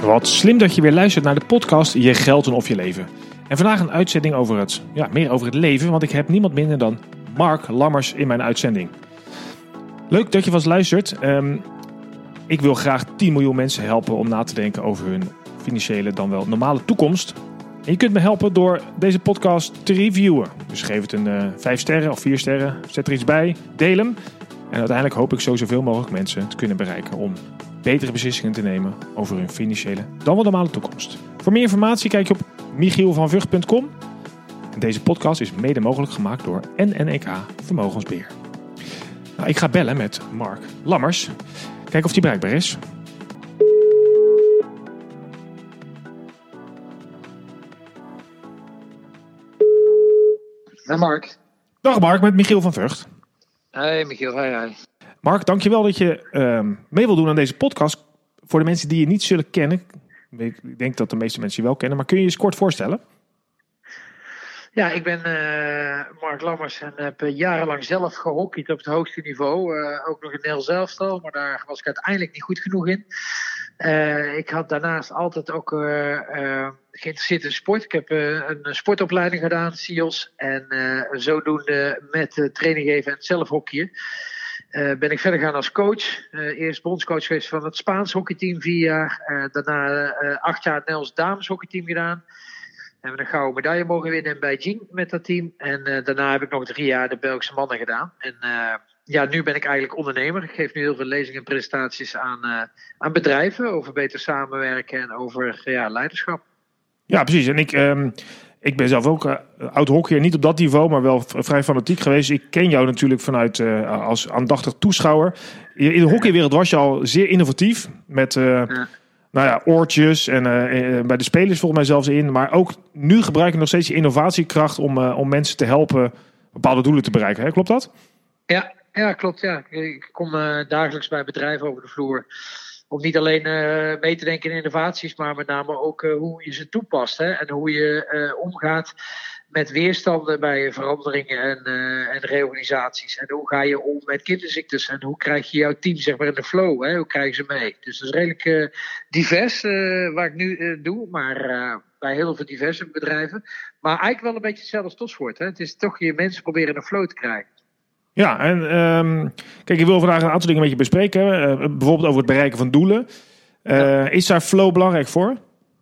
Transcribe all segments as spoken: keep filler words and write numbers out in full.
Wat slim dat je weer luistert naar de podcast Je Geld en of je leven. En vandaag een uitzending over het, ja, meer over het leven, want ik heb niemand minder dan Mark Lammers in mijn uitzending. Leuk dat je vast luistert. Um, ik wil graag tien miljoen mensen helpen om na te denken over hun financiële dan wel normale toekomst. En je kunt me helpen door deze podcast te reviewen. Dus geef het een uh, vijf sterren of vier sterren, zet er iets bij, deel hem. En uiteindelijk hoop ik zo zoveel mogelijk mensen te kunnen bereiken om betere beslissingen te nemen over hun financiële dan wel normale toekomst. Voor meer informatie kijk je op michiel van vught punt com. Deze podcast is mede mogelijk gemaakt door N N E K Vermogensbeheer. Nou, ik ga bellen met Mark Lammers. Kijken of die bereikbaar is. Hey Mark. Dag Mark, met Michiel van Vught. Hey Michiel, hey hey. Mark, dankjewel dat je uh, mee wil doen aan deze podcast. Voor de mensen die je niet zullen kennen. Ik denk dat de meeste mensen je wel kennen, maar kun je je eens kort voorstellen? Ja, ik ben uh, Mark Lammers en heb jarenlang zelf gehockeyd op het hoogste niveau. Uh, ook nog in Nederlands elftal, maar daar was ik uiteindelijk niet goed genoeg in. Uh, ik had daarnaast altijd ook uh, uh, geïnteresseerd in sport. Ik heb uh, een sportopleiding gedaan, S I O S. En uh, zodoende met uh, training geven en zelf hockeyen. Uh, ben ik verder gegaan als coach. Uh, eerst bondscoach geweest van het Spaans hockeyteam vier jaar. Uh, daarna uh, acht jaar het Nederlands dames hockeyteam gedaan. Hebben we een gouden medaille mogen winnen in Beijing met dat team. En uh, daarna heb ik nog drie jaar de Belgische mannen gedaan. En uh, ja, nu ben ik eigenlijk ondernemer. Ik geef nu heel veel lezingen en presentaties aan, uh, aan bedrijven over beter samenwerken en over uh, ja, leiderschap. Ja, precies. En ik... Um... Ik ben zelf ook uh, oud hockeyer, niet op dat niveau, maar wel v- vrij fanatiek geweest. Ik ken jou natuurlijk vanuit uh, als aandachtig toeschouwer. In de hockeywereld was je al zeer innovatief. Met uh, ja. Nou ja, oortjes en uh, bij de spelers volgens mij zelfs in. Maar ook nu gebruik je nog steeds je innovatiekracht om, uh, om mensen te helpen bepaalde doelen te bereiken. Hè? Klopt dat? Ja, ja, klopt. Ja. Ik kom uh, dagelijks bij bedrijven over de vloer. Om niet alleen uh, mee te denken in innovaties, maar met name ook uh, hoe je ze toepast. Hè? En hoe je uh, omgaat met weerstanden bij veranderingen en, uh, en reorganisaties. En hoe ga je om met kinderziektes? En hoe krijg je jouw team zeg maar in de flow? Hè? Hoe krijg je ze mee? Dus dat is redelijk uh, divers uh, waar ik nu uh, doe. Maar uh, bij heel veel diverse bedrijven. Maar eigenlijk wel een beetje hetzelfde als Topsport. Hè? Het is toch je mensen proberen in de flow te krijgen. Ja, en um, kijk, ik wil vandaag een aantal dingen met je bespreken. Uh, bijvoorbeeld over het bereiken van doelen. Uh, ja. Is daar flow belangrijk voor?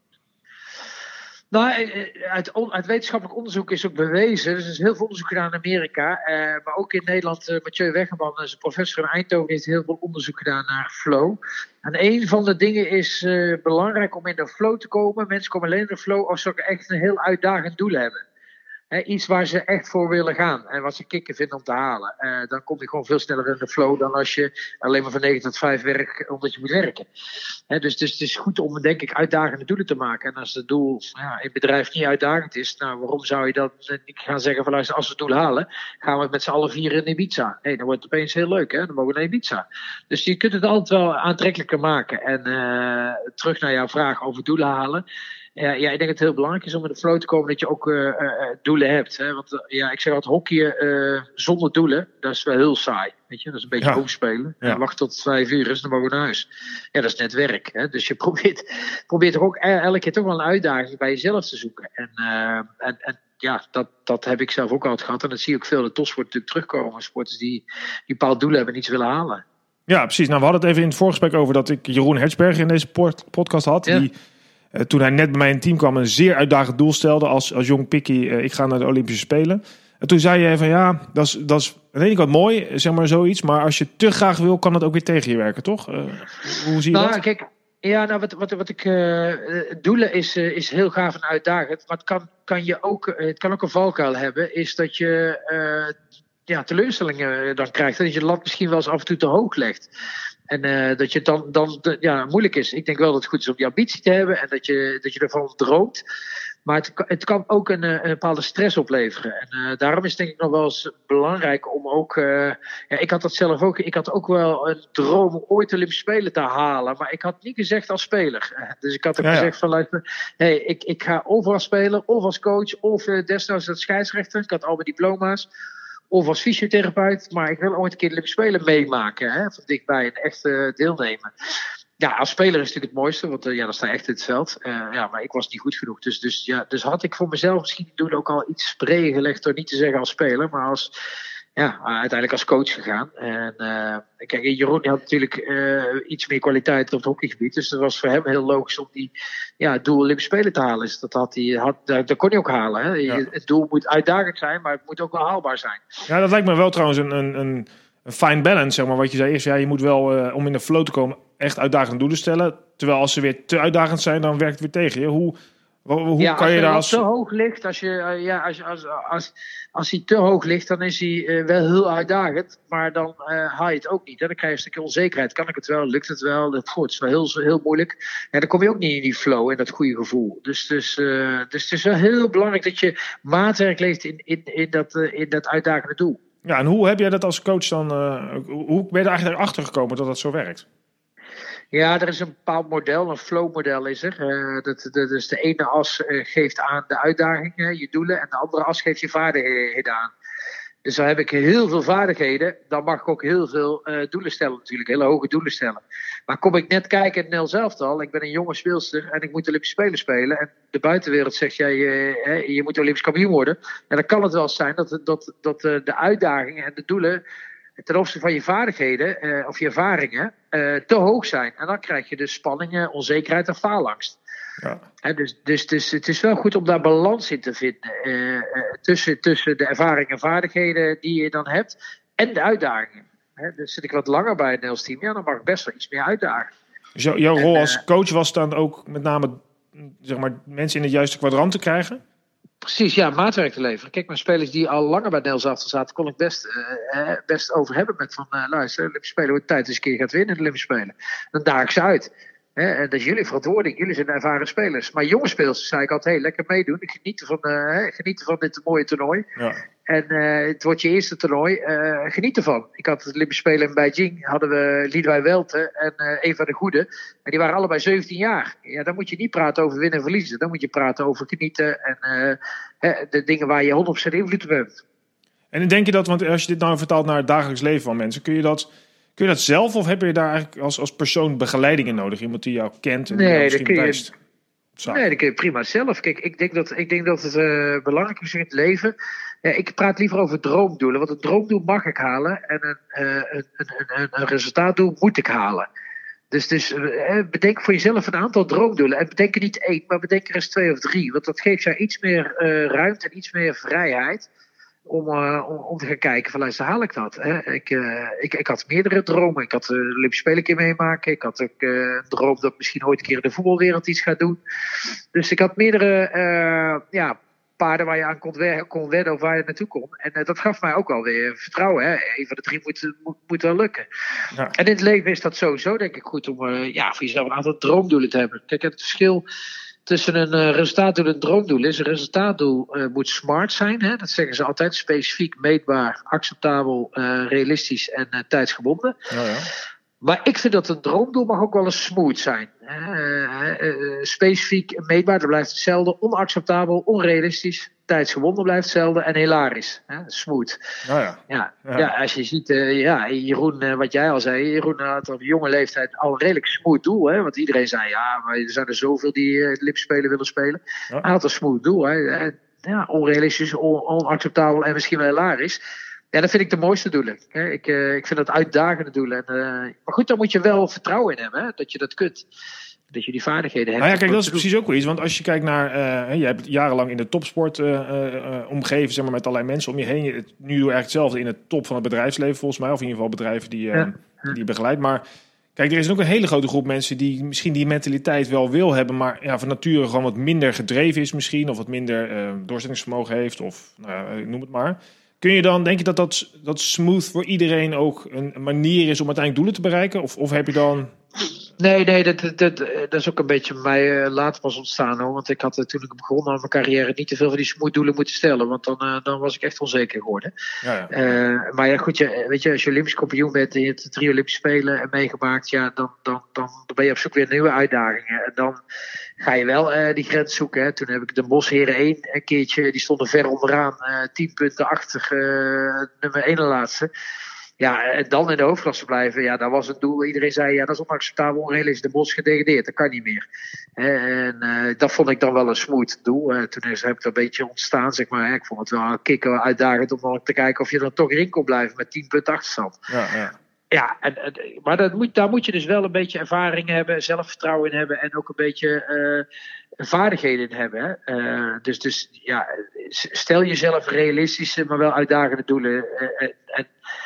Nou, uit, uit wetenschappelijk onderzoek is ook bewezen. Er is heel veel onderzoek gedaan in Amerika. Uh, maar ook in Nederland, uh, Mathieu Weggerman, zijn professor in Eindhoven, heeft heel veel onderzoek gedaan naar flow. En een van de dingen is uh, belangrijk om in de flow te komen. Mensen komen alleen in de flow als ze ook echt een heel uitdagend doel hebben. He, iets waar ze echt voor willen gaan en wat ze kicken vinden om te halen. Uh, dan kom je gewoon veel sneller in de flow dan als je alleen maar van negen tot vijf werkt omdat je moet werken. He, dus, dus het is goed om, denk ik, uitdagende doelen te maken. En als het doel ja, in het bedrijf niet uitdagend is, nou, waarom zou je dat niet gaan zeggen van luister, als we het doel halen, gaan we met z'n allen vier in Ibiza. Hey, dan wordt het opeens heel leuk, hè? Dan mogen we naar Ibiza. Dus je kunt het altijd wel aantrekkelijker maken. En uh, terug naar jouw vraag over doelen halen. Ja, ja, ik denk dat het heel belangrijk is om in de flow te komen dat je ook uh, uh, doelen hebt. Hè? Want uh, ja, ik zeg altijd, hockeyen uh, zonder doelen, dat is wel heel saai. Weet je? Dat is een beetje ja. overspelen. Ja. Wacht tot het vijf uur is, dan mogen we naar huis. Ja, dat is net werk. Hè? Dus je probeert, probeert toch ook elke keer toch wel een uitdaging bij jezelf te zoeken. En, uh, en, en ja, dat, dat heb ik zelf ook altijd gehad. En dat zie je ook veel in de topsport natuurlijk terugkomen. Sporters die, die bepaalde doelen hebben en iets willen halen. Ja, precies. Nou, we hadden het even in het voorgesprek over dat ik Jeroen Hertzberger in deze podcast had. Ja. Die Uh, toen hij net bij mij in het team kwam, een zeer uitdagend doel stelde als, als jong pikkie, uh, ik ga naar de Olympische Spelen. En toen zei hij van ja, dat is, dat is aan de ene kant mooi, zeg maar zoiets, maar als je te graag wil, kan het ook weer tegen je werken, toch? Uh, hoe zie je nou, dat? Kijk, ja, nou, wat, wat, wat ik uh, doelen is, uh, is heel gaaf en uitdagend, maar het kan, kan, je ook, uh, het kan ook een valkuil hebben, is dat je uh, ja, teleurstellingen dan krijgt, dat je de lat misschien wel eens af en toe te hoog legt. En uh, dat je het dan, dan de, ja, moeilijk is. Ik denk wel dat het goed is om die ambitie te hebben en dat je, dat je ervan droomt. Maar het, het kan ook een, een bepaalde stress opleveren. En uh, daarom is het denk ik nog wel eens belangrijk om ook... Uh, ja, ik had dat zelf ook. Ik had ook wel een droom om ooit de Olympische Spelen te halen. Maar ik had niet gezegd als speler. Dus ik had ook ja, gezegd ja. van... luister, hey, ik, ik ga of als speler, of als coach, of uh, desnoods als scheidsrechter. Ik had al mijn diploma's. Of als fysiotherapeut, maar ik wil ooit een keer de Olympische Spelen meemaken. Hè, van dichtbij en echt uh, deelnemen. Ja, als speler is het natuurlijk het mooiste, want uh, ja, dan sta je echt in het veld. Uh, ja, maar ik was niet goed genoeg. Dus, dus, ja, dus had ik voor mezelf misschien die doel ook al iets breder gelegd, door niet te zeggen als speler, maar als, ja, uiteindelijk als coach gegaan. En uh, kijk, Jeroen had natuurlijk uh, iets meer kwaliteit op het hockeygebied. Dus dat was voor hem heel logisch om die ja, het doel Olympische Spelen te halen. Dus dat, had hij, had, dat, dat kon hij ook halen. Hè. Ja. Het doel moet uitdagend zijn, maar het moet ook wel haalbaar zijn. Ja, dat lijkt me wel trouwens een, een, een fine balance, zeg maar. Wat je zei eerst, ja, je moet wel, uh, om in de flow te komen, echt uitdagende doelen stellen. Terwijl als ze weer te uitdagend zijn, dan werkt het weer tegen je. Hoe, hoe ja, kan je daar als... als hij te hoog ligt, als, je, uh, ja, als, als, als, als hij te hoog ligt, dan is hij uh, wel heel uitdagend. Maar dan uh, haal je het ook niet. Hè? Dan krijg je een stukje onzekerheid. Kan ik het wel? Lukt het wel? Dat goed, het is wel heel, heel moeilijk. Ja, dan kom je ook niet in die flow en dat goede gevoel. Dus, dus, uh, dus het is wel heel belangrijk dat je maatwerk leeft in, in, in, dat, uh, in dat uitdagende doel. Ja, en hoe heb jij dat als coach dan... Uh, hoe ben je er eigenlijk achter gekomen dat dat zo werkt? Ja, er is een bepaald model, een flow-model is er. Uh, dat, dat is de ene as uh, geeft aan de uitdagingen, je doelen, en de andere as geeft je vaardigheden aan. Dus dan heb ik heel veel vaardigheden, dan mag ik ook heel veel uh, doelen stellen natuurlijk, hele hoge doelen stellen. Maar kom ik net kijken in het Nederlands elftal, ik ben een jonge speelster en ik moet de Olympische Spelen spelen. En de buitenwereld zegt, jij, uh, je moet Olympisch kampioen worden. En dan kan het wel zijn dat, dat, dat uh, de uitdagingen en de doelen ten opzichte van je vaardigheden uh, of je ervaringen uh, te hoog zijn. En dan krijg je dus spanningen, onzekerheid en faalangst. Ja. He, dus, dus, dus het is wel goed om daar balans in te vinden. Uh, uh, tussen, tussen de ervaringen en vaardigheden die je dan hebt en de uitdagingen. He, dus zit ik wat langer bij het Nederlands team, ja, dan mag ik best wel iets meer uitdagen. Dus jou, jouw rol als coach was dan ook met name, zeg maar, mensen in het juiste kwadrant te krijgen? Precies, ja, maatwerk te leveren. Kijk, mijn spelers die al langer bij Nederlands elftal zaten, kon ik best, uh, best over hebben met van, uh, luister, de Olympische Spelen wordt tijd eens een keer gaat winnen, de Olympische Spelen. Dan daag ik ze uit. Hè, en dat is jullie verantwoording, jullie zijn ervaren spelers. Maar jonge spelers zei ik altijd, hey, lekker meedoen, genieten van, uh, genieten van dit mooie toernooi. Ja. En uh, het wordt je eerste toernooi, uh, geniet ervan. Ik had het Olympische Spelen in Beijing, hadden we Liedewij Welte en uh, Eva de Goede. En die waren allebei zeventien jaar. Ja, dan moet je niet praten over winnen en verliezen. Dan moet je praten over genieten en uh, de dingen waar je honderd procent invloed op hebt. En denk je dat, want als je dit nou vertaalt naar het dagelijks leven van mensen, kun je dat, kun je dat zelf of heb je daar eigenlijk als, als persoon begeleiding in nodig? Iemand die jou kent en die nee, jou misschien wijst? Nee, dat kun je prima zelf. Kijk, ik denk dat, ik denk dat het uh, belangrijk is in het leven. Ja, ik praat liever over droomdoelen. Want een droomdoel mag ik halen. En een, uh, een, een, een, een resultaatdoel moet ik halen. Dus, dus uh, bedenk voor jezelf een aantal droomdoelen. En bedenk er niet één, maar bedenk er eens twee of drie. Want dat geeft jou iets meer uh, ruimte en iets meer vrijheid. Om, uh, om, om te gaan kijken van, luister, haal ik dat? Hè? Ik, uh, ik, ik had meerdere dromen. Ik had de Olympische Spelen een keer meemaken. Ik had ook uh, een droom dat ik misschien ooit een keer in de voetbalwereld iets ga doen. Dus ik had meerdere uh, ja, paarden waar je aan kon, wer- kon wedden of waar je naartoe kon. En uh, dat gaf mij ook wel weer vertrouwen. Hè? Een van de drie moet, moet, moet wel lukken. Ja. En in het leven is dat sowieso denk ik goed om uh, ja, voor jezelf een aantal droomdoelen te hebben. Kijk, het verschil tussen een uh, resultaatdoel en een droomdoel is. Een resultaatdoel uh, moet smart zijn. Hè? Dat zeggen ze altijd. Specifiek, meetbaar, acceptabel, uh, realistisch en uh, tijdsgebonden. Ja, ja. Maar ik vind dat een droomdoel mag ook wel eens smooth zijn. Uh, uh, specifiek, meetbaar, dat blijft hetzelfde. Onacceptabel, onrealistisch, tijdsgebonden blijft hetzelfde. En hilarisch, hè? Smooth. Ja, ja. Ja, ja. ja, als je ziet, uh, ja, Jeroen, uh, wat jij al zei. Jeroen had op jonge leeftijd al een redelijk smooth doel. Hè? Want iedereen zei, ja, maar er zijn er zoveel die uh, het lipspelen willen spelen. Ja. Hij had een smooth doel. Hè? Ja, onrealistisch, on- onacceptabel en misschien wel hilarisch. Ja, dat vind ik de mooiste doelen. Ik, uh, ik vind dat uitdagende doelen. En, uh, maar goed, daar moet je wel vertrouwen in hebben, hè? Dat je dat kunt. Dat je die vaardigheden hebt. Nou ja, kijk, dat is precies ook wel iets. Want als je kijkt naar... Uh, je hebt jarenlang in de topsport uh, uh, omgeven, zeg maar, met allerlei mensen om je heen. Nu doe je eigenlijk hetzelfde in het top van het bedrijfsleven, volgens mij. Of in ieder geval bedrijven die, uh, ja. die je begeleidt. Maar kijk, er is ook een hele grote groep mensen die misschien die mentaliteit wel wil hebben, maar ja, van nature gewoon wat minder gedreven is misschien. Of wat minder uh, doorzettingsvermogen heeft. Of nou, noem het maar. Kun je dan, denk je dat, dat dat smooth voor iedereen ook een manier is om uiteindelijk doelen te bereiken? Of, of heb je dan... Nee, nee, dat, dat, dat, dat is ook een beetje bij mij uh, later pas ontstaan hoor. Want ik had uh, toen ik begon aan mijn carrière niet te veel van die smooth doelen moeten stellen. Want dan, uh, dan was ik echt onzeker geworden. Ja, ja. Uh, maar ja, goed, je, weet je, als je Olympisch kampioen bent en je hebt drie Olympische Spelen meegemaakt, ja, dan, dan, dan, dan ben je op zoek weer nieuwe uitdagingen. En dan ga je wel uh, die grens zoeken. Hè. Toen heb ik de Bosheren één een keertje, die stonden ver onderaan, uh, tien punten achter uh, nummer één en laatste. Ja, en dan in de hoofdklasse blijven, ja, dat was het doel. Iedereen zei, ja, dat is onacceptabel, onrealistisch, de Bosch gedegradeerd, dat kan niet meer. En uh, dat vond ik dan wel een smooth doel. Uh, toen is, heb ik dat een beetje ontstaan, zeg maar. Ik vond het wel kicken uitdagend om dan te kijken of je er toch in kon blijven met tien punten achterstand. Ja, ja. Ja, en, en, maar dat moet, daar moet je dus wel een beetje ervaring hebben, zelfvertrouwen in hebben en ook een beetje uh, vaardigheden in hebben. Hè? Uh, dus, dus ja, stel jezelf realistische, maar wel uitdagende doelen. Uh, en, en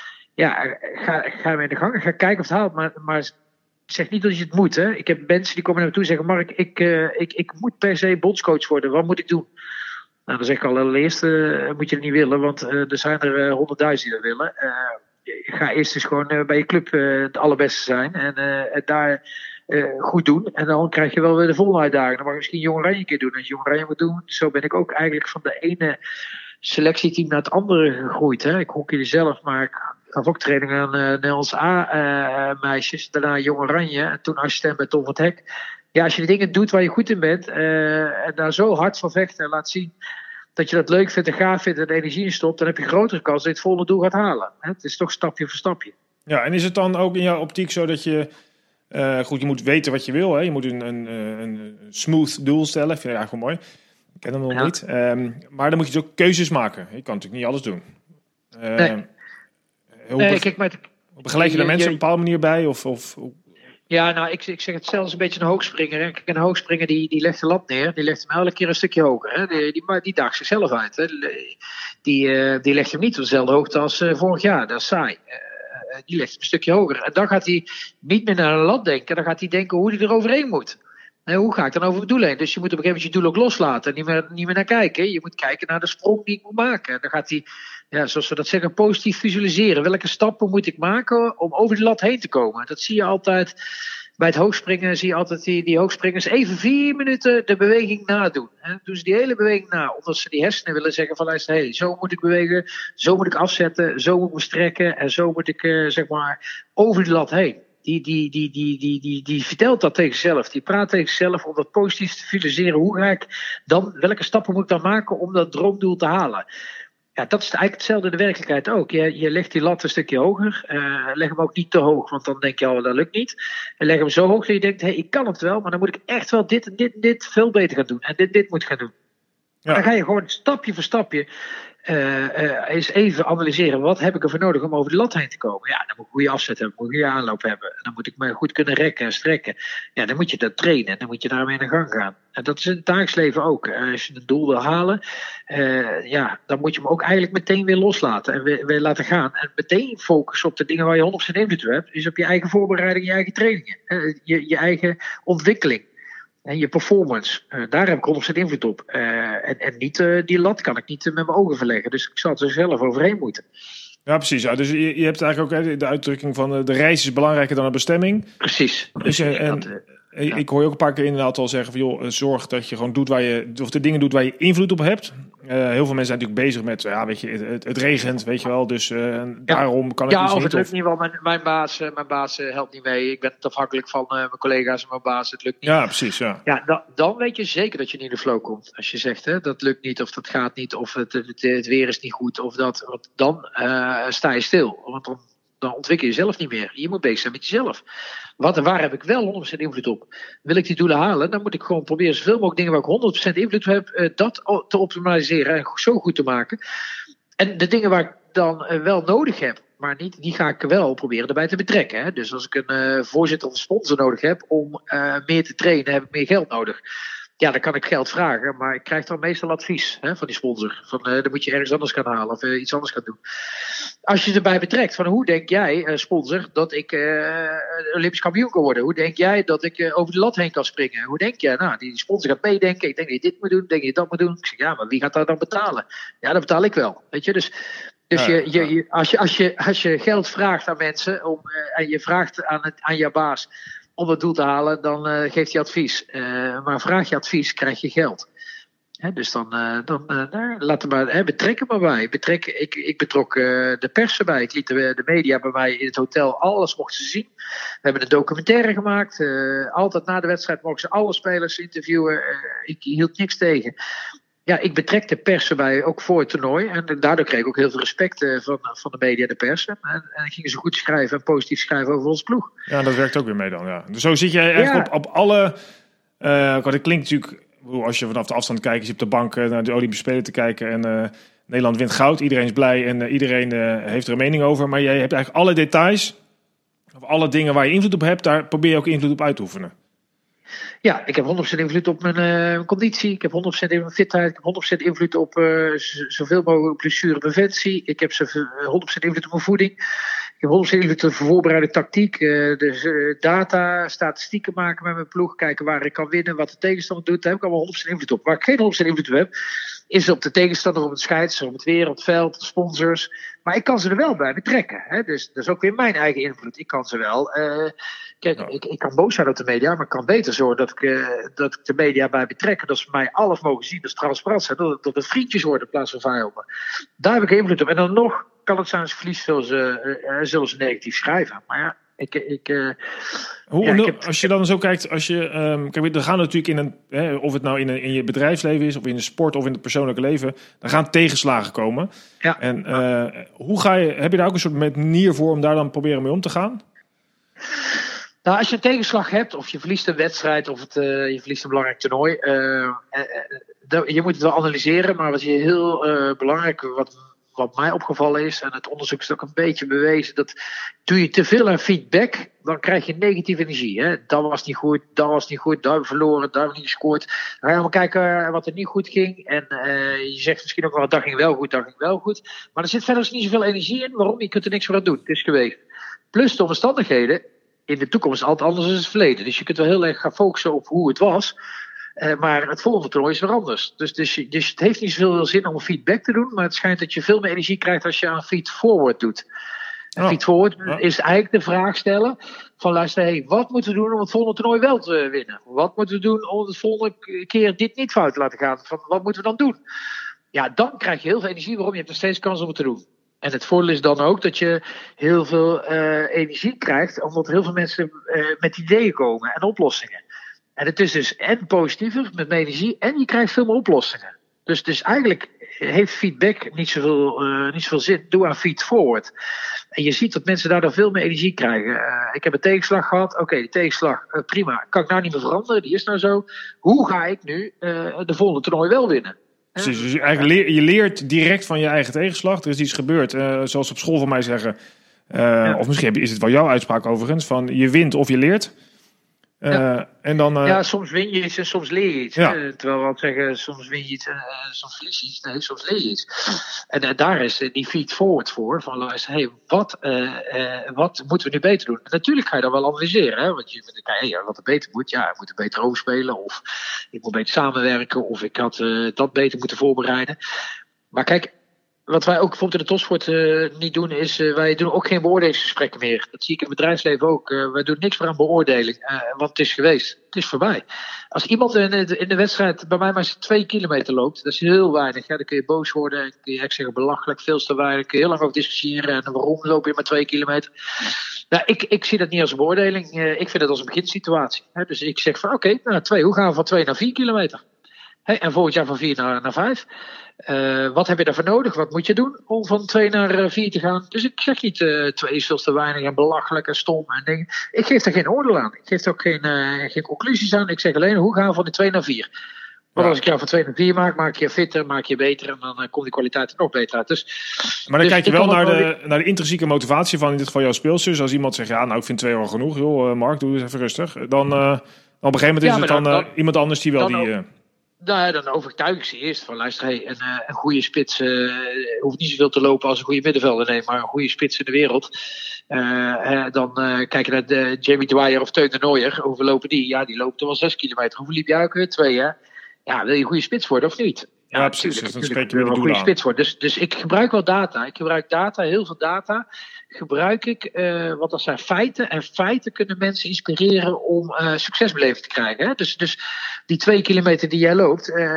ja, ga, ga mee in de gang. Ga kijken of het haalt, maar, maar zeg niet dat je het moet. Hè? Ik heb mensen die komen naar me toe en zeggen, Mark, ik, uh, ik, ik moet per se bondscoach worden. Wat moet ik doen? Nou, dan zeg ik al, allereerst uh, moet je het niet willen, want uh, er zijn er honderdduizend uh, die dat willen. Uh, Ga eerst eens gewoon uh, bij je club uh, het allerbeste zijn. En, uh, en daar uh, goed doen. En dan krijg je wel weer de volgende uitdaging. Dan mag je misschien Jong Oranje een keer doen. Als je Jong Oranje moet doen. Zo ben ik ook eigenlijk van de ene selectieteam naar het andere gegroeid. Hè. Ik hockeyde zelf, maar ik gaf ook training aan uh, Nederlands A-meisjes. Uh, daarna Jong Oranje. En toen assistent bij Tom van het Hek. Ja, als je de dingen doet waar je goed in bent. Uh, en daar zo hard van vecht en laat zien dat je dat leuk vindt en gaaf vindt en er energie in stopt, dan heb je grotere kans dat je het volgende doel gaat halen. Het is toch stapje voor stapje. Ja, en is het dan ook in jouw optiek zo dat je, uh, goed, je moet weten wat je wil. Hè? Je moet een, een, een smooth doel stellen. Ik vind het eigenlijk wel mooi. Ik ken hem nog ja. niet. Um, maar dan moet je dus ook keuzes maken. Je kan natuurlijk niet alles doen. Uh, nee. Hoe nee, kijk, maar begeleid je daar mensen op een bepaalde manier bij? Of, of, Ja, nou, ik, ik zeg het zelfs een beetje een hoogspringer. Hè. Kijk, een hoogspringer die, die legt de lat neer. Die legt hem elke keer een stukje hoger. Hè. Die, die, die daagt zichzelf uit. Hè. Die, uh, die legt hem niet op dezelfde hoogte als uh, vorig jaar. Dat is saai. Uh, die legt hem een stukje hoger. En dan gaat hij niet meer naar een lat denken. Dan gaat hij denken hoe hij er overheen moet. En hoe ga ik dan over het doel heen? Dus je moet op een gegeven moment je doel ook loslaten. En niet meer, niet meer naar kijken. Je moet kijken naar de sprong die ik moet maken. En dan gaat hij, ja, zoals we dat zeggen, positief visualiseren. Welke stappen moet ik maken om over de lat heen te komen? Dat zie je altijd. Bij het hoogspringen zie je altijd die, die hoogspringers even vier minuten de beweging nadoen. En doen ze die hele beweging na. Omdat ze die hersenen willen zeggen van luister, hey, zo moet ik bewegen. Zo moet ik afzetten. Zo moet ik me strekken. En zo moet ik uh, zeg maar over de lat heen. Die, die, die, die, die, die, die vertelt dat tegen zichzelf. Die praat tegen zichzelf om dat positief te visualiseren. Hoe ga ik dan, welke stappen moet ik dan maken om dat droomdoel te halen? Ja, dat is eigenlijk hetzelfde in de werkelijkheid ook. Je, je legt die lat een stukje hoger. Uh, leg hem ook niet te hoog, want dan denk je al, dat lukt niet. En leg hem zo hoog dat je denkt, hé, hey, ik kan het wel, maar dan moet ik echt wel dit en dit en dit veel beter gaan doen. En dit, dit moet ik gaan doen. Ja. Dan ga je gewoon stapje voor stapje uh, uh, eens even analyseren. Wat heb ik ervoor nodig om over de lat heen te komen? Ja, dan moet ik goede afzet hebben, moet ik goede aanloop hebben. En dan moet ik me goed kunnen rekken en strekken. Ja, dan moet je dat trainen. Dan moet je daarmee in de gang gaan. En dat is in het dagelijks leven ook. Uh, als je een doel wil halen, uh, ja, dan moet je hem ook eigenlijk meteen weer loslaten. En weer, weer laten gaan. En meteen focussen op de dingen waar je honderd procent invloed op hebt. Dus op je eigen voorbereiding, je eigen trainingen. Uh, je, je eigen ontwikkeling. En je performance, uh, daar heb ik honderd procent invloed op. Uh, en, en niet uh, die lat kan ik niet uh, met mijn ogen verleggen. Dus ik zal er zelf overheen moeten. Ja, precies. Ja. Dus je, je hebt eigenlijk ook hè, de uitdrukking van uh, de reis is belangrijker dan de bestemming. Precies. Dus, uh, en, dat, uh, ja. Ik hoor je ook een paar keer inderdaad al zeggen van joh, zorg dat je gewoon doet waar je, of de dingen doet waar je invloed op hebt. Uh, heel veel mensen zijn natuurlijk bezig met, ja, weet je, het, het regent, weet je wel. Dus uh, ja. daarom kan ik ja, dus of niet. Het lukt of... niet wel. Mijn, mijn baas, mijn baas helpt niet mee. Ik ben afhankelijk van uh, mijn collega's en mijn baas. Het lukt niet. Ja, precies. Ja. Ja, dan, dan weet je zeker dat je niet in de flow komt. Als je zegt, hè, dat lukt niet, of dat gaat niet, of het, het, het weer is niet goed, of dat, want dan uh, sta je stil. Want dan, dan ontwikkel je jezelf niet meer. Je moet bezig zijn met jezelf. Wat en waar heb ik wel honderd procent invloed op? Wil ik die doelen halen, dan moet ik gewoon proberen zoveel mogelijk dingen waar ik honderd procent invloed op heb, uh, dat te optimaliseren en zo goed te maken. En de dingen waar ik dan uh, wel nodig heb, maar niet, die ga ik wel proberen erbij te betrekken. Hè? Dus als ik een uh, voorzitter of een sponsor nodig heb om uh, meer te trainen, heb ik meer geld nodig. Ja, dan kan ik geld vragen, maar ik krijg dan meestal advies, hè, van die sponsor. Van, uh, dan moet je ergens anders gaan halen of uh, iets anders gaan doen. Als je het erbij betrekt, van hoe denk jij, uh, sponsor, dat ik uh, Olympisch kampioen kan worden? Hoe denk jij dat ik uh, over de lat heen kan springen? Hoe denk jij? Nou, die sponsor gaat meedenken. Ik denk dat je dit moet doen, denk je dat moet doen. Ik zeg, ja, maar wie gaat daar dan betalen? Ja, dat betaal ik wel, weet je. Dus, dus ja, je, je, ja. je, als, je, als, je, als je geld vraagt aan mensen om, uh, en je vraagt aan, het, aan je baas om het doel te halen, dan uh, geeft hij advies. Uh, maar vraag je advies, krijg je geld. He, dus dan, uh, dan uh, nou, laten we maar, he, betrekken maar bij. Betrek, ik, ik betrok uh, de pers erbij. Ik liet de, de media bij mij in het hotel. Alles mochten ze zien. We hebben een documentaire gemaakt. Uh, altijd na de wedstrijd mochten ze alle spelers interviewen. Uh, ik hield niks tegen. Ja, ik betrek de pers erbij, ook voor het toernooi. En daardoor kreeg ik ook heel veel respect uh, van, van de media en de pers. En, en gingen ze goed schrijven en positief schrijven over ons ploeg. Ja, dat werkt ook weer mee dan, ja. Dus zo zit jij eigenlijk ja. op, op alle... Uh, het klinkt natuurlijk, als je vanaf de afstand kijkt, je zit op de bank uh, naar de Olympische Spelen te kijken en uh, Nederland wint goud. Iedereen is blij en uh, iedereen uh, heeft er een mening over. Maar jij hebt eigenlijk alle details, of alle dingen waar je invloed op hebt, daar probeer je ook invloed op uit te oefenen. Ja, ik heb honderd procent invloed op mijn uh, conditie. Ik heb honderd procent invloed op mijn fitheid. Ik heb honderd procent invloed op uh, zoveel mogelijk blessurepreventie. Ik heb honderd procent invloed op mijn voeding. Ik heb honderd procent invloed op de voorbereide tactiek. Uh, dus uh, data, statistieken maken met mijn ploeg. Kijken waar ik kan winnen, wat de tegenstander doet. Daar heb ik allemaal honderd procent invloed op. Waar ik geen honderd procent invloed op heb, is op de tegenstander, op het scheids, op het weer, op het veld, de sponsors. Maar ik kan ze er wel bij betrekken. Hè? Dus dat is ook weer mijn eigen invloed. Ik kan ze wel... Uh, Kijk, ja. ik, ik kan boos zijn op de media, maar ik kan beter zorgen dat ik, uh, dat ik de media bij betrek. Dat ze mij alles mogen zien, dat ze transparant zijn. Dat, dat het vriendjes worden in plaats van vijanden. Daar heb ik invloed op. En dan nog kan het zijn als verlies, zullen ze, uh, zullen ze negatief schrijven. Maar ja, ik... ik uh, Hoe, ja, ik ik heb, als je dan zo kijkt, als je, um, kijk, er gaan natuurlijk in een, hè, of het nou in, een, in je bedrijfsleven is, of in de sport, of in het persoonlijke leven, dan gaan tegenslagen komen. Ja. En uh, hoe ga je, heb je daar ook een soort manier voor om daar dan proberen mee om te gaan? Nou, als je een tegenslag hebt, of je verliest een wedstrijd, of het, uh, je verliest een belangrijk toernooi, uh, uh, je moet het wel analyseren, maar wat je heel uh, belangrijk, wat, wat mij opgevallen is, en het onderzoek is ook een beetje bewezen, dat doe je te veel aan feedback, dan krijg je negatieve energie. Hè? Dat was niet goed, dat was niet goed, daar hebben we verloren, daar hebben we niet gescoord. Dan ga je allemaal kijken wat er niet goed ging, en uh, je zegt misschien ook wel, dat ging wel goed, dat ging wel goed, maar er zit verder niet zoveel energie in. Waarom? Je kunt er niks voor aan doen, het is geweest. Plus de omstandigheden. In de toekomst is het altijd anders dan het verleden. Dus je kunt wel heel erg gaan focussen op hoe het was. Uh, maar het volgende toernooi is weer anders. Dus, dus, dus het heeft niet zoveel zin om feedback te doen. Maar het schijnt dat je veel meer energie krijgt als je aan feed-forward doet. En oh. feed-forward oh. is eigenlijk de vraag stellen van luister, hey, wat moeten we doen om het volgende toernooi wel te winnen? Wat moeten we doen om het volgende keer dit niet fout te laten gaan? Van, wat moeten we dan doen? Ja, dan krijg je heel veel energie. Waarom? Je hebt nog steeds kans om het te doen. En het voordeel is dan ook dat je heel veel uh, energie krijgt, omdat heel veel mensen uh, met ideeën komen en oplossingen. En het is dus en positiever met meer energie en je krijgt veel meer oplossingen. Dus, dus eigenlijk heeft feedback niet zoveel, uh, niet zoveel zin. Doe aan feed-forward. En je ziet dat mensen daardoor veel meer energie krijgen. Uh, ik heb een tegenslag gehad. Oké, okay, die tegenslag, uh, prima. Kan ik nou niet meer veranderen? Die is nou zo. Hoe ga ik nu uh, de volgende toernooi wel winnen? Precies, dus eigenlijk leer, je leert direct van je eigen tegenslag. Er is iets gebeurd, uh, zoals op school van mij zeggen. Uh, ja. Of misschien is het wel jouw uitspraak overigens. Van je wint of je leert. Uh, ja. En dan, uh... ja, soms win je iets en soms leer je iets. Ja. Uh, terwijl we altijd zeggen, soms win je iets en uh, soms verlies je iets. Nee, soms leer je iets. En uh, daar is uh, die feed-forward voor. Van luister, hey, wat, uh, uh, wat moeten we nu beter doen? En natuurlijk ga je dat wel analyseren. Hè? Want je hey, wat er beter moet. Ja, ik moet er beter overspelen. Of ik moet beter samenwerken. Of ik had uh, dat beter moeten voorbereiden. Maar kijk, wat wij ook bijvoorbeeld in de topsport uh, niet doen, is uh, wij doen ook geen beoordelingsgesprekken meer. Dat zie ik in het bedrijfsleven ook. Uh, wij doen niks meer aan beoordeling, uh, want het is geweest. Het is voorbij. Als iemand in de, in de wedstrijd bij mij maar twee kilometer loopt, dat is heel weinig. Ja, dan kun je boos worden, dan kun je echt zeggen belachelijk, veel te weinig. Dan kun je heel lang over discussiëren en waarom loop je maar twee kilometer. Nou, ik, ik zie dat niet als een beoordeling. Uh, ik vind het als een beginsituatie. Hè? Dus ik zeg van oké, okay, nou twee, hoe gaan we van twee naar vier kilometer? Hey, en volgend jaar van vier naar, naar vijf. Uh, wat heb je daarvoor nodig? Wat moet je doen om van twee naar vier te gaan? Dus ik zeg niet uh, twee is veel te weinig en belachelijk en stom en dingen. Ik geef daar geen oordeel aan. Ik geef er ook geen, uh, geen conclusies aan. Ik zeg alleen hoe gaan we van die twee naar vier? Want als ik jou van twee naar vier maak, maak je fitter, maak je beter en dan uh, komt die kwaliteit er nog beter uit. Dus, maar dan dus kijk je wel naar de, naar de intrinsieke motivatie van in dit geval jouw speelsters. Als iemand zegt, ja nou ik vind twee wel genoeg, joh uh, Mark, doe eens even rustig. Dan uh, op een gegeven moment is ja, het dan, dan, dan uh, iemand anders die wel die... Uh, Nou, dan overtuig ik ze eerst van luister, hey, een, een goede spits uh, hoeft niet zoveel te lopen als een goede middenvelder, nee, maar een goede spits in de wereld. Uh, uh, dan uh, kijk je naar de Jamie Dwyer of Teun de Nooijer, hoeveel lopen die? Ja, die lopen toch wel zes kilometer. Hoeveel liep jij ook weer? Twee, hè? Ja, wil je een goede spits worden of niet? Ja, ja precies. Dus dan spreek je weer een goede spits worden. Dus, dus ik gebruik wel data. Ik gebruik data, heel veel data. Gebruik ik, uh, want dat zijn feiten. En feiten kunnen mensen inspireren om uh, succesbeleving te krijgen. Hè? Dus, dus die twee kilometer die jij loopt, uh, uh,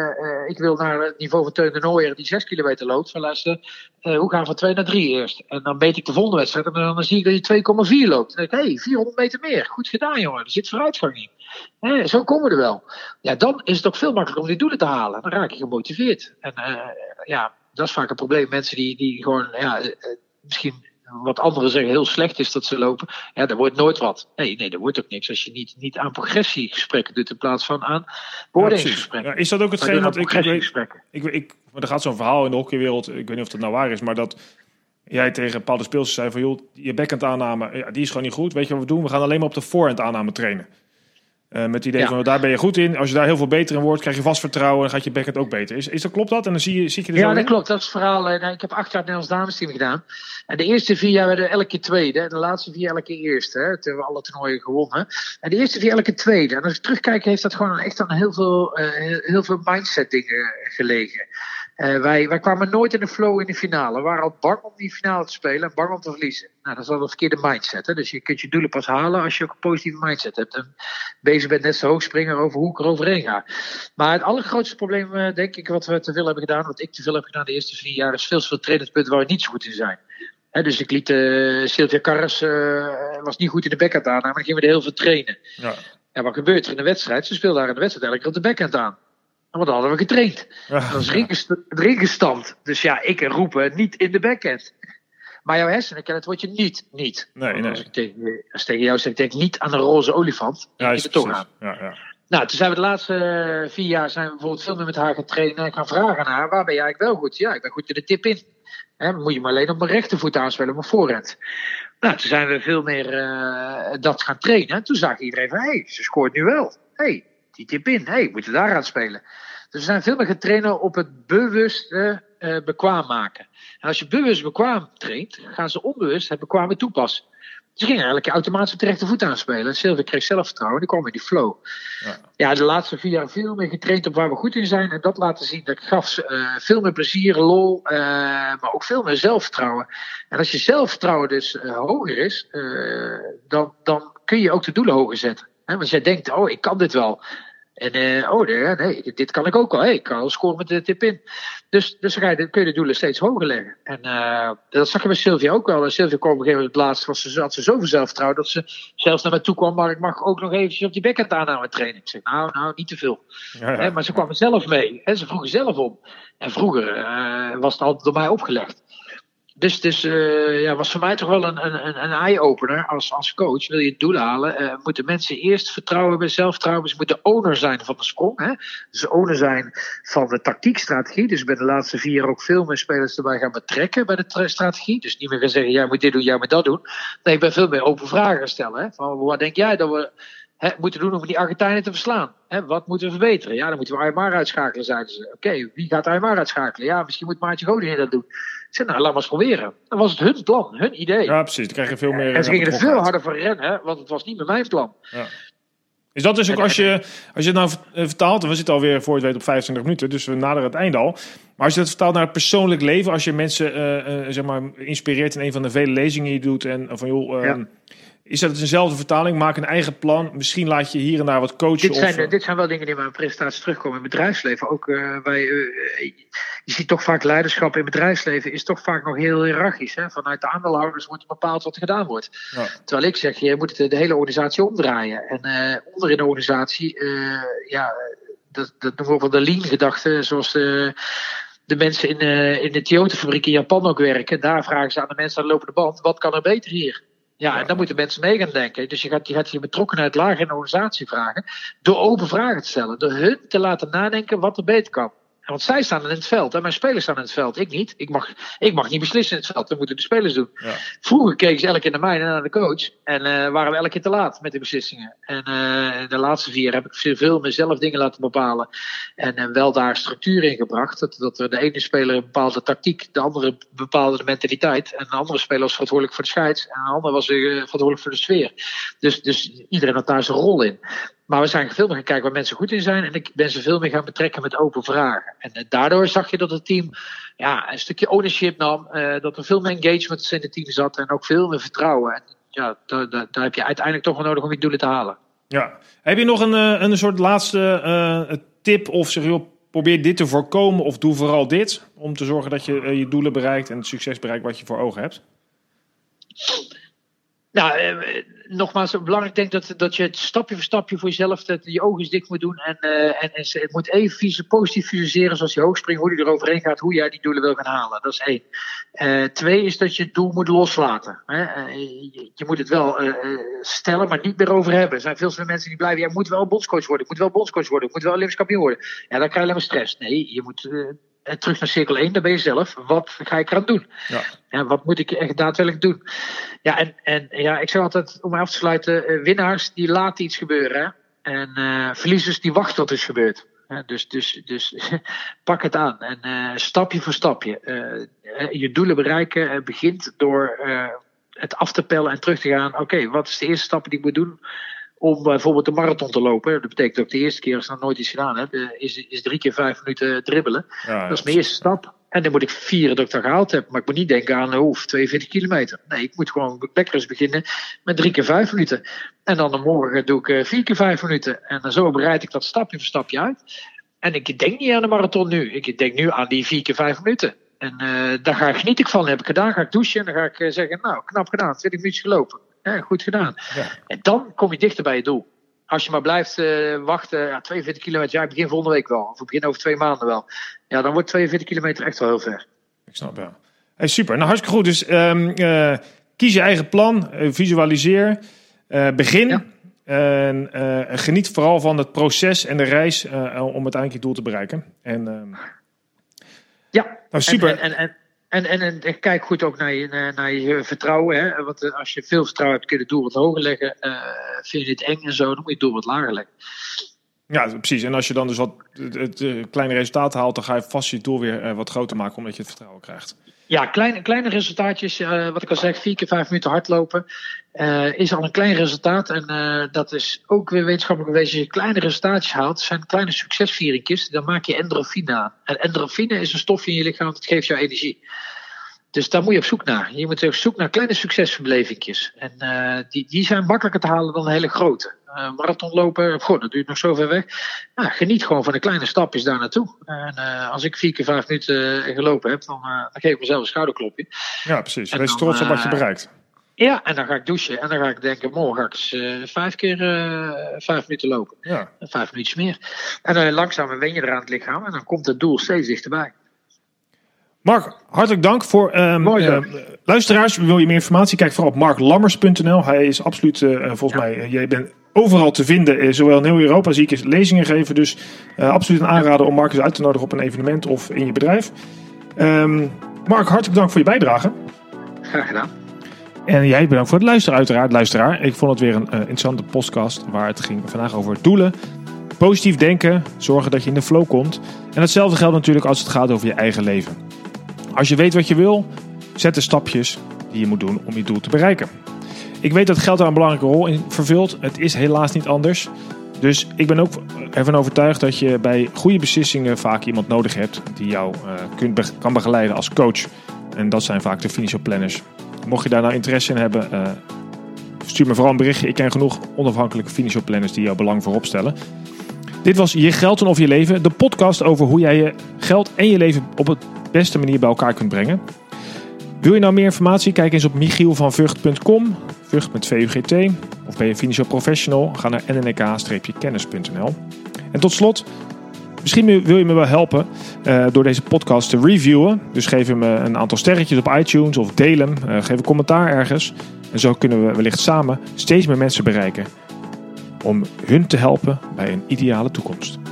ik wil naar het niveau van Teun de Nooijer die zes kilometer loopt. Van luister, uh, hoe gaan we van twee naar drie eerst? En dan meet ik de volgende wedstrijd en dan, dan zie ik dat je twee komma vier loopt. Dan denk ik, hé, hey, vierhonderd meter meer. Goed gedaan, jongen. Er zit vooruitgang in. Hey, zo komen we er wel. Ja, dan is het ook veel makkelijker om die doelen te halen. Dan raak je gemotiveerd. En uh, ja, dat is vaak een probleem. Mensen die, die gewoon, ja, uh, misschien... wat anderen zeggen heel slecht is dat ze lopen. Ja, daar wordt nooit wat. Nee, nee, daar wordt ook niks als je niet, niet aan progressiegesprekken doet in plaats van aan beoordelingsgesprekken. Ja, is dat ook hetgeen wat ik, ik, ik, ik... Maar er gaat zo'n verhaal in de hockeywereld, ik weet niet of dat nou waar is, maar dat jij tegen bepaalde speelsters zei van joh, je backhand aanname, ja, die is gewoon niet goed. Weet je wat we doen? We gaan alleen maar op de forehand aanname trainen. Uh, met het idee ja. van, daar ben je goed in. Als je daar heel veel beter in wordt, krijg je vast vertrouwen en dan gaat je backhand ook beter. Is, is dat, klopt dat? En dan zie je, zie je er ja, zo dat in? klopt. Dat is het verhaal. Uh, ik heb acht jaar het Nederlands damesteam gedaan. En de eerste vier jaar werden we elke keer tweede. En de laatste vier elke keer eerste. Hè. Toen hebben we alle toernooien gewonnen. En de eerste vier elke keer tweede. En als ik terugkijk, heeft dat gewoon echt aan heel veel, uh, heel, heel veel mindset dingen gelegen. Uh, wij, wij kwamen nooit in de flow in de finale. We waren al bang om die finale te spelen en bang om te verliezen. Nou, dat is al een verkeerde mindset. Hè? Dus je kunt je doelen pas halen als je ook een positieve mindset hebt. En bezig bent net zo hoog springen over hoe ik er overheen ga. Maar het allergrootste probleem, uh, denk ik, wat we te veel hebben gedaan, wat ik te veel heb gedaan de eerste vier jaar, is veel te veel trainingspunten waar we niet zo goed in zijn. He, dus ik liet uh, Sylvia Karres, uh, was niet goed in de backhand aan, maar dan gingen we er heel veel trainen. Ja. Ja, wat gebeurt er in de wedstrijd? Ze speelden daar in de wedstrijd eigenlijk op de backhand aan. Want dan hadden we getraind. Ja. Dat was erin gestampt. Dus ja, ik roepen niet in de backhand. Maar jouw hersenen kennen het woordje niet, niet. Nee, nee. Als ik tegen, als tegen jou zeg, denk niet aan een roze olifant. Ja, is het toch aan. Ja, ja. Nou, toen zijn we de laatste uh, vier jaar zijn we bijvoorbeeld veel meer met haar gaan trainen. En ik ga vragen aan haar, waar ben je eigenlijk wel goed? Ja, ik ben goed in de tip in. He, dan moet je maar alleen op mijn rechtervoet aanspelen, op mijn voorhand. Nou, toen zijn we veel meer uh, dat gaan trainen. Toen zag iedereen van, hé, hey, ze scoort nu wel. Hé, hey, die tip in. Hé, hey, moeten we daar aan spelen. Dus we zijn veel meer gaan trainen op het bewust uh, uh, bekwaam maken. En als je bewust bekwaam traint, gaan ze onbewust het bekwame toepassen. Ze gingen eigenlijk automatisch op de rechtervoet aanspelen. Sylvia kreeg zelfvertrouwen, die kwam in die flow. Ja. ja, de laatste vier jaar veel meer getraind op waar we goed in zijn. En dat laten zien, dat gaf uh, veel meer plezier, lol, uh, maar ook veel meer zelfvertrouwen. En als je zelfvertrouwen dus uh, hoger is, uh, dan, dan kun je ook de doelen hoger zetten. He, want jij denkt, oh, ik kan dit wel. En uh, oh nee, dit kan ik ook wel. Hey, ik kan wel scoren met de tip in. Dus, dus dan, ga je, dan kun je de doelen steeds hoger leggen. En uh, dat zag je bij Sylvia ook wel. En Sylvia kwam op een gegeven moment het laatst, was ze, had ze zoveel zelfvertrouwen dat ze zelfs naar mij toe kwam, maar ik mag ook nog eventjes op die backhand aanname trainen. Ik zeg, nou, nou, niet te veel. Ja, ja. He, maar ze kwamen zelf mee. He, ze vroegen zelf om. En vroeger uh, was het altijd door mij opgelegd. Dus, dus uh, ja, was voor mij toch wel een, een, een eye-opener als, als coach. Wil je het doel halen, uh, moeten mensen eerst vertrouwen hebben, zelfvertrouwen. Ze moeten owner zijn van de sprong. Hè? Dus owner zijn van de tactiekstrategie. Dus ik ben de laatste vier jaar ook veel meer spelers erbij gaan betrekken bij de tra- strategie. Dus niet meer gaan zeggen, jij moet dit doen, jij moet dat doen. Nee, ik ben veel meer open vragen gaan stellen. Hè? Van, wat denk jij dat we He, moeten doen om die Argentijnen te verslaan? He, wat moeten we verbeteren? Ja, dan moeten we Aymar uitschakelen, zeiden ze. Oké, okay, wie gaat Aymar uitschakelen? Ja, misschien moet Maartje Godin dat doen. Ik zei, nou, laat maar eens proberen. Dan was het hun plan, hun idee. Ja, precies. Dan krijg je veel meer. En ze gingen er veel harder voor rennen, want het was niet meer mijn plan. Ja. Is dat dus ook als je, als je het nou vertaalt, en we zitten alweer voor het weet op vijfentwintig minuten, dus we naderen het einde al. Maar als je dat vertaalt naar het persoonlijk leven, als je mensen uh, uh, zeg maar, inspireert in een van de vele lezingen die je doet, en van joh, uh, ja. Is dat dezelfde vertaling? Maak een eigen plan. Misschien laat je hier en daar wat coachen. Dit zijn, of, dit zijn wel dingen die in mijn presentatie terugkomen in het bedrijfsleven. Ook uh, bij, uh, je ziet toch vaak leiderschap in het bedrijfsleven is toch vaak nog heel hiërarchisch. Hè? Vanuit de aandeelhouders wordt bepaald wat er gedaan wordt. Ja. Terwijl ik zeg, je moet de hele organisatie omdraaien. En uh, onder in de organisatie, uh, ja, dat, dat noemen we ook wel de lean-gedachte, zoals de... De mensen in, uh, in de Toyota-fabriek in Japan ook werken. Daar vragen ze aan de mensen aan de lopende band, wat kan er beter hier? Ja, ja, en dan moeten mensen mee gaan denken. Dus je gaat je, gaat je betrokkenheid lager in de organisatie vragen. Door open vragen te stellen. Door hun te laten nadenken wat er beter kan. Want zij staan in het veld. En mijn spelers staan in het veld. Ik niet. Ik mag, ik mag niet beslissen in het veld. Dat moeten de spelers doen. Ja. Vroeger keken ze elke keer naar mij en naar de coach. En uh, waren we elke keer te laat met de beslissingen. En uh, de laatste vier heb ik veel mezelf dingen laten bepalen. En uh, wel daar structuur in gebracht. Dat, dat er de ene speler een bepaalde tactiek. De andere bepaalde de mentaliteit. En de andere speler was verantwoordelijk voor de scheids. En de andere was uh, verantwoordelijk voor de sfeer. Dus, dus iedereen had daar zijn rol in. Maar we zijn veel meer gaan kijken waar mensen goed in zijn. En ik ben ze veel meer gaan betrekken met open vragen. En uh, daardoor zag je dat het team ja, een stukje ownership nam. Uh, dat er veel meer engagement in het team zat. En ook veel meer vertrouwen. En ja, daar, daar, daar heb je uiteindelijk toch wel nodig om je doelen te halen. Ja. Heb je nog een, een soort laatste uh, tip of zeg je, probeer dit te voorkomen of doe vooral dit om te zorgen dat je uh, je doelen bereikt en het succes bereikt wat je voor ogen hebt? Nou, eh, nogmaals, belangrijk denk dat, dat je het stapje voor stapje voor jezelf dat je ogen eens dicht moet doen. En, uh, en, en het moet even vis- positief visualiseren zoals je hoog springt, hoe je eroverheen gaat, hoe jij die doelen wil gaan halen. Dat is één. Uh, twee is dat je het doel moet loslaten. Hè? Uh, je, je moet het wel uh, stellen, maar niet meer over hebben. Er zijn veel mensen die blijven, ja, ik moet wel bondscoach worden, ik moet wel bondscoach worden, ik moet wel Olympisch kampioen worden. Ja, dan krijg je alleen maar stress. Nee, je moet... Uh, En terug naar cirkel één, daar ben je zelf. Wat ga ik eraan doen? Ja. Ja, wat moet ik echt daadwerkelijk doen? Ja, en, en ja, ik zeg altijd, om af te sluiten, uh, winnaars die laten iets gebeuren. Hè? En uh, verliezers die wachten tot het is gebeurd. Ja, dus, dus, dus pak het aan. En uh, stapje voor stapje. Uh, je doelen bereiken uh, begint door uh, het af te pellen en terug te gaan. Oké, okay, wat is de eerste stap die ik moet doen? Om bijvoorbeeld de marathon te lopen. Dat betekent ook de eerste keer, als ik nog nooit iets gedaan heb, is, is drie keer vijf minuten dribbelen. Ja, dat is mijn eerste stap. En dan moet ik vieren dat ik dat gehaald heb. Maar ik moet niet denken aan oh, tweeënveertig kilometer. Nee, ik moet gewoon lekker eens beginnen met drie keer vijf minuten. En dan de morgen doe ik vier keer vijf minuten. En dan zo bereid ik dat stapje voor stapje uit. En ik denk niet aan de marathon nu. Ik denk nu aan die vier keer vijf minuten. En uh, daar ga ik geniet ik van. Heb ik gedaan, ga ik douchen. En dan ga ik uh, zeggen, nou, knap gedaan. twintig minuutjes gelopen. Ja, goed gedaan. Ja. En dan kom je dichter bij je doel. Als je maar blijft uh, wachten, ja, tweeënveertig kilometer, ja, ik begin volgende week wel. Of ik begin over twee maanden wel. Ja, dan wordt tweeënveertig kilometer echt wel heel ver. Ik snap, ja. Hey, super, nou hartstikke goed. Dus um, uh, kies je eigen plan, uh, visualiseer, uh, begin. Ja. En uh, geniet vooral van het proces en de reis uh, om uiteindelijk je doel te bereiken. En, uh, ja, nou, super. En, en, en, En, en, en, en kijk goed ook naar je, naar je vertrouwen. Hè? Want uh, als je veel vertrouwen hebt, kun je het doel wat hoger leggen. Uh, vind je het eng en zo, dan moet je het doel wat lager leggen. Ja, precies. En als je dan dus wat het, het, het kleine resultaat haalt, dan ga je vast je doel weer uh, wat groter maken, omdat je het vertrouwen krijgt. Ja, kleine, kleine resultaatjes. Uh, wat ik al zeg, vier keer vijf minuten hardlopen uh, is al een klein resultaat. En uh, dat is ook weer wetenschappelijk bewezen. Als je kleine resultaatjes haalt, zijn kleine succesvieringjes, dan maak je endorfine aan. En endorfine is een stofje in je lichaam, dat geeft jou energie. Dus daar moet je op zoek naar. Je moet op zoek naar kleine succesbelevingjes. En uh, die, die zijn makkelijker te halen dan hele grote. Uh, marathonlopen, goh, dat duurt nog zo ver weg. Nou, geniet gewoon van de kleine stapjes daar naartoe. En uh, als ik vier keer vijf minuten uh, gelopen heb, dan, uh, dan geef ik mezelf een schouderklopje. Ja, precies. Wees trots op wat je bereikt. Ja, en dan ga ik douchen. En dan ga ik denken, morgen ga ik eens uh, vijf keer uh, vijf minuten lopen. Ja. Vijf minuutjes meer. En dan uh, langzaam wen je eraan het lichaam. En dan komt het doel steeds dichterbij. Mark, hartelijk dank voor um, Mooi, uh, luisteraars. Wil je meer informatie? Kijk vooral op mark lammers punt n l. Hij is absoluut, uh, volgens ja. mij, uh, jij bent overal te vinden. Uh, zowel in heel Europa zie ik eens lezingen geven. Dus uh, absoluut een aanrader om Mark eens uit te nodigen op een evenement of in je bedrijf. Um, Mark, hartelijk dank voor je bijdrage. Graag gedaan. En jij bedankt voor het luisteren, uiteraard, luisteraar. Ik vond het weer een uh, interessante podcast waar het ging vandaag over doelen. Positief denken, zorgen dat je in de flow komt. En hetzelfde geldt natuurlijk als het gaat over je eigen leven. Als je weet wat je wil, zet de stapjes die je moet doen om je doel te bereiken. Ik weet dat geld daar een belangrijke rol in vervult. Het is helaas niet anders. Dus ik ben ook ervan overtuigd dat je bij goede beslissingen vaak iemand nodig hebt die jou uh, kunt, kan begeleiden als coach. En dat zijn vaak de financial planners. Mocht je daar nou interesse in hebben, uh, stuur me vooral een berichtje. Ik ken genoeg onafhankelijke financial planners die jouw belang voorop stellen. Dit was Je Geld en Of Je Leven, de podcast over hoe jij je geld en je leven op het beste manier bij elkaar kunt brengen. Wil je nou meer informatie? Kijk eens op michiel van vught punt com, Vught met V U G T. Of ben je financial professional? Ga naar n n k kennis punt n l. En tot slot, misschien wil je me wel helpen uh, door deze podcast te reviewen. Dus geef hem een aantal sterretjes op iTunes of deel hem. Uh, geef een commentaar ergens. En zo kunnen we wellicht samen steeds meer mensen bereiken om hun te helpen bij een ideale toekomst.